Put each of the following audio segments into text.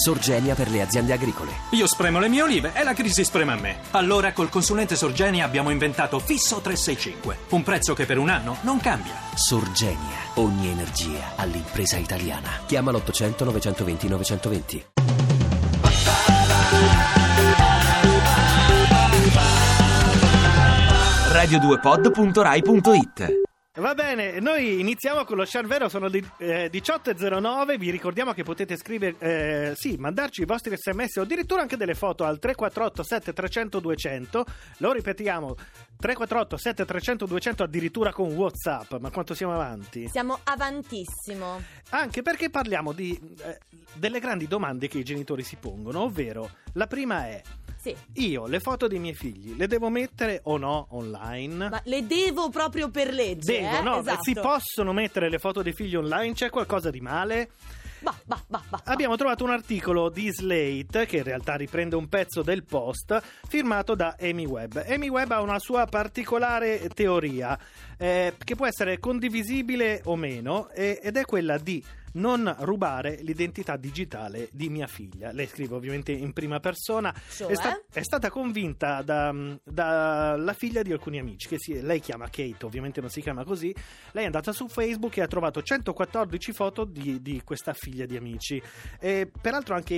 Sorgenia per le aziende agricole. Io spremo le mie olive e la crisi sprema me. Allora col consulente Sorgenia abbiamo inventato Fisso 365, un prezzo che per un anno non cambia. Sorgenia, ogni energia all'impresa italiana. Chiama l'800 920 920. radio2pod.rai.it. Va bene, noi iniziamo con lo share vero, sono le 18.09, vi ricordiamo che potete scrivere, mandarci i vostri sms o addirittura anche delle foto al 348 7300 200, lo ripetiamo, 348 7300 200 addirittura con WhatsApp, ma quanto siamo avanti? Siamo avantissimo. Anche perché parliamo di delle grandi domande che i genitori si pongono, ovvero la prima è: sì. Io le foto dei miei figli le devo mettere o no online? Ma le devo proprio per legge? No, esatto. Si possono mettere le foto dei figli online? C'è qualcosa di male? Bah. Abbiamo trovato un articolo di Slate che in realtà riprende un pezzo del Post firmato da Amy Webb. Amy Webb ha una sua particolare teoria che può essere condivisibile o meno ed è quella di non rubare l'identità digitale di mia figlia. Lei scrive ovviamente in prima persona. Cioè? È stata convinta dalla figlia di alcuni amici lei chiama Kate, ovviamente non si chiama così. Lei è andata su Facebook e ha trovato 114 foto di questa figlia di amici, peraltro anche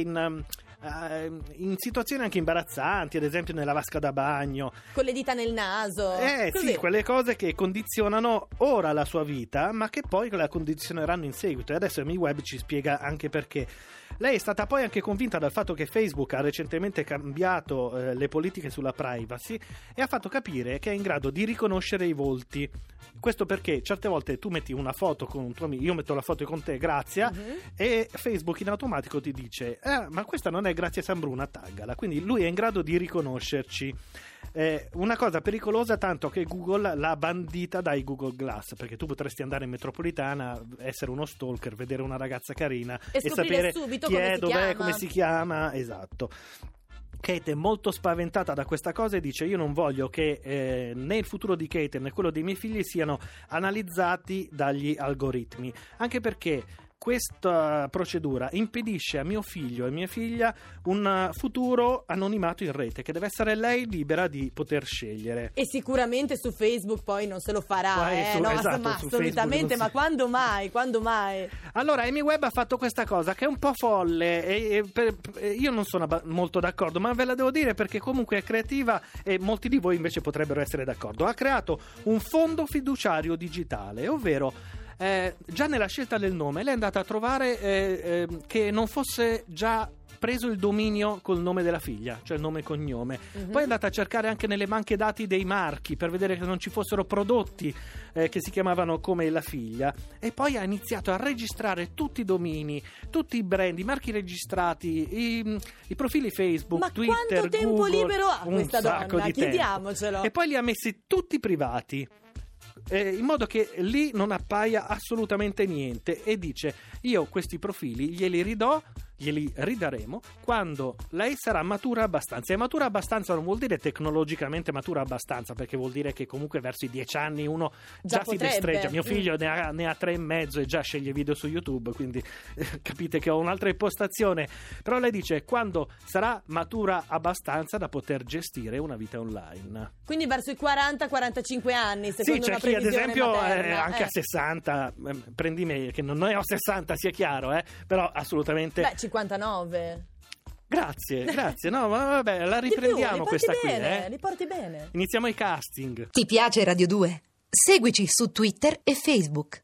in situazioni anche imbarazzanti, ad esempio nella vasca da bagno, con le dita nel naso. Sì, quelle cose che condizionano ora la sua vita, ma che poi la condizioneranno in seguito. E adesso Amy Webb ci spiega anche perché. Lei è stata poi anche convinta dal fatto che Facebook ha recentemente cambiato le politiche sulla privacy e ha fatto capire che è in grado di riconoscere i volti. Questo perché certe volte tu metti una foto con un tuo amico, io metto la foto con te, Grazia, e Facebook in automatico ti dice ma questa non è Grazia Sambruna, taggala. Quindi lui è in grado di riconoscerci. Una cosa pericolosa, tanto che Google l'ha bandita dai Google Glass, perché tu potresti andare in metropolitana, essere uno stalker, vedere una ragazza carina e sapere subito chi è, dov'è, come si si chiama, esatto. Kate è molto spaventata da questa cosa e dice: io non voglio che né il futuro di Kate né quello dei miei figli siano analizzati dagli algoritmi, anche perché questa procedura impedisce a mio figlio e mia figlia un futuro anonimato in rete, che deve essere lei libera di poter scegliere. E sicuramente su Facebook poi non se lo farà, esatto, assolutamente, ma quando mai? Allora Amy Webb ha fatto questa cosa che è un po' folle io non sono molto d'accordo, ma ve la devo dire perché comunque è creativa e molti di voi invece potrebbero essere d'accordo. Ha creato un fondo fiduciario digitale, ovvero già nella scelta del nome lei è andata a trovare che non fosse già preso il dominio col nome della figlia, cioè il nome e cognome. Poi è andata a cercare anche nelle banche dati dei marchi per vedere che non ci fossero prodotti che si chiamavano come la figlia, e poi ha iniziato a registrare tutti i domini, tutti i brand, i marchi registrati, i profili Facebook, ma Twitter, quanto tempo Google, libero ha questa donna? Chiediamocelo. E poi li ha messi tutti privati, in modo che lì non appaia assolutamente niente, e dice: io questi profili glieli ridaremo quando lei sarà matura abbastanza. E matura abbastanza non vuol dire tecnologicamente matura abbastanza, perché vuol dire che comunque verso i 10 anni uno già si destreggia. Mio figlio ne ha 3,5 e già sceglie video su YouTube, quindi capite che ho un'altra impostazione. Però lei dice quando sarà matura abbastanza da poter gestire una vita online, quindi verso i 40-45 anni, secondo una previsione ad esempio materna, anche a 60, prendi me che non ne ho 60, sia chiaro, però assolutamente 59. Grazie, no, ma vabbè, la riprendiamo questa qui, li porti bene. Iniziamo i casting. Ti piace Radio 2? Seguici su Twitter e Facebook.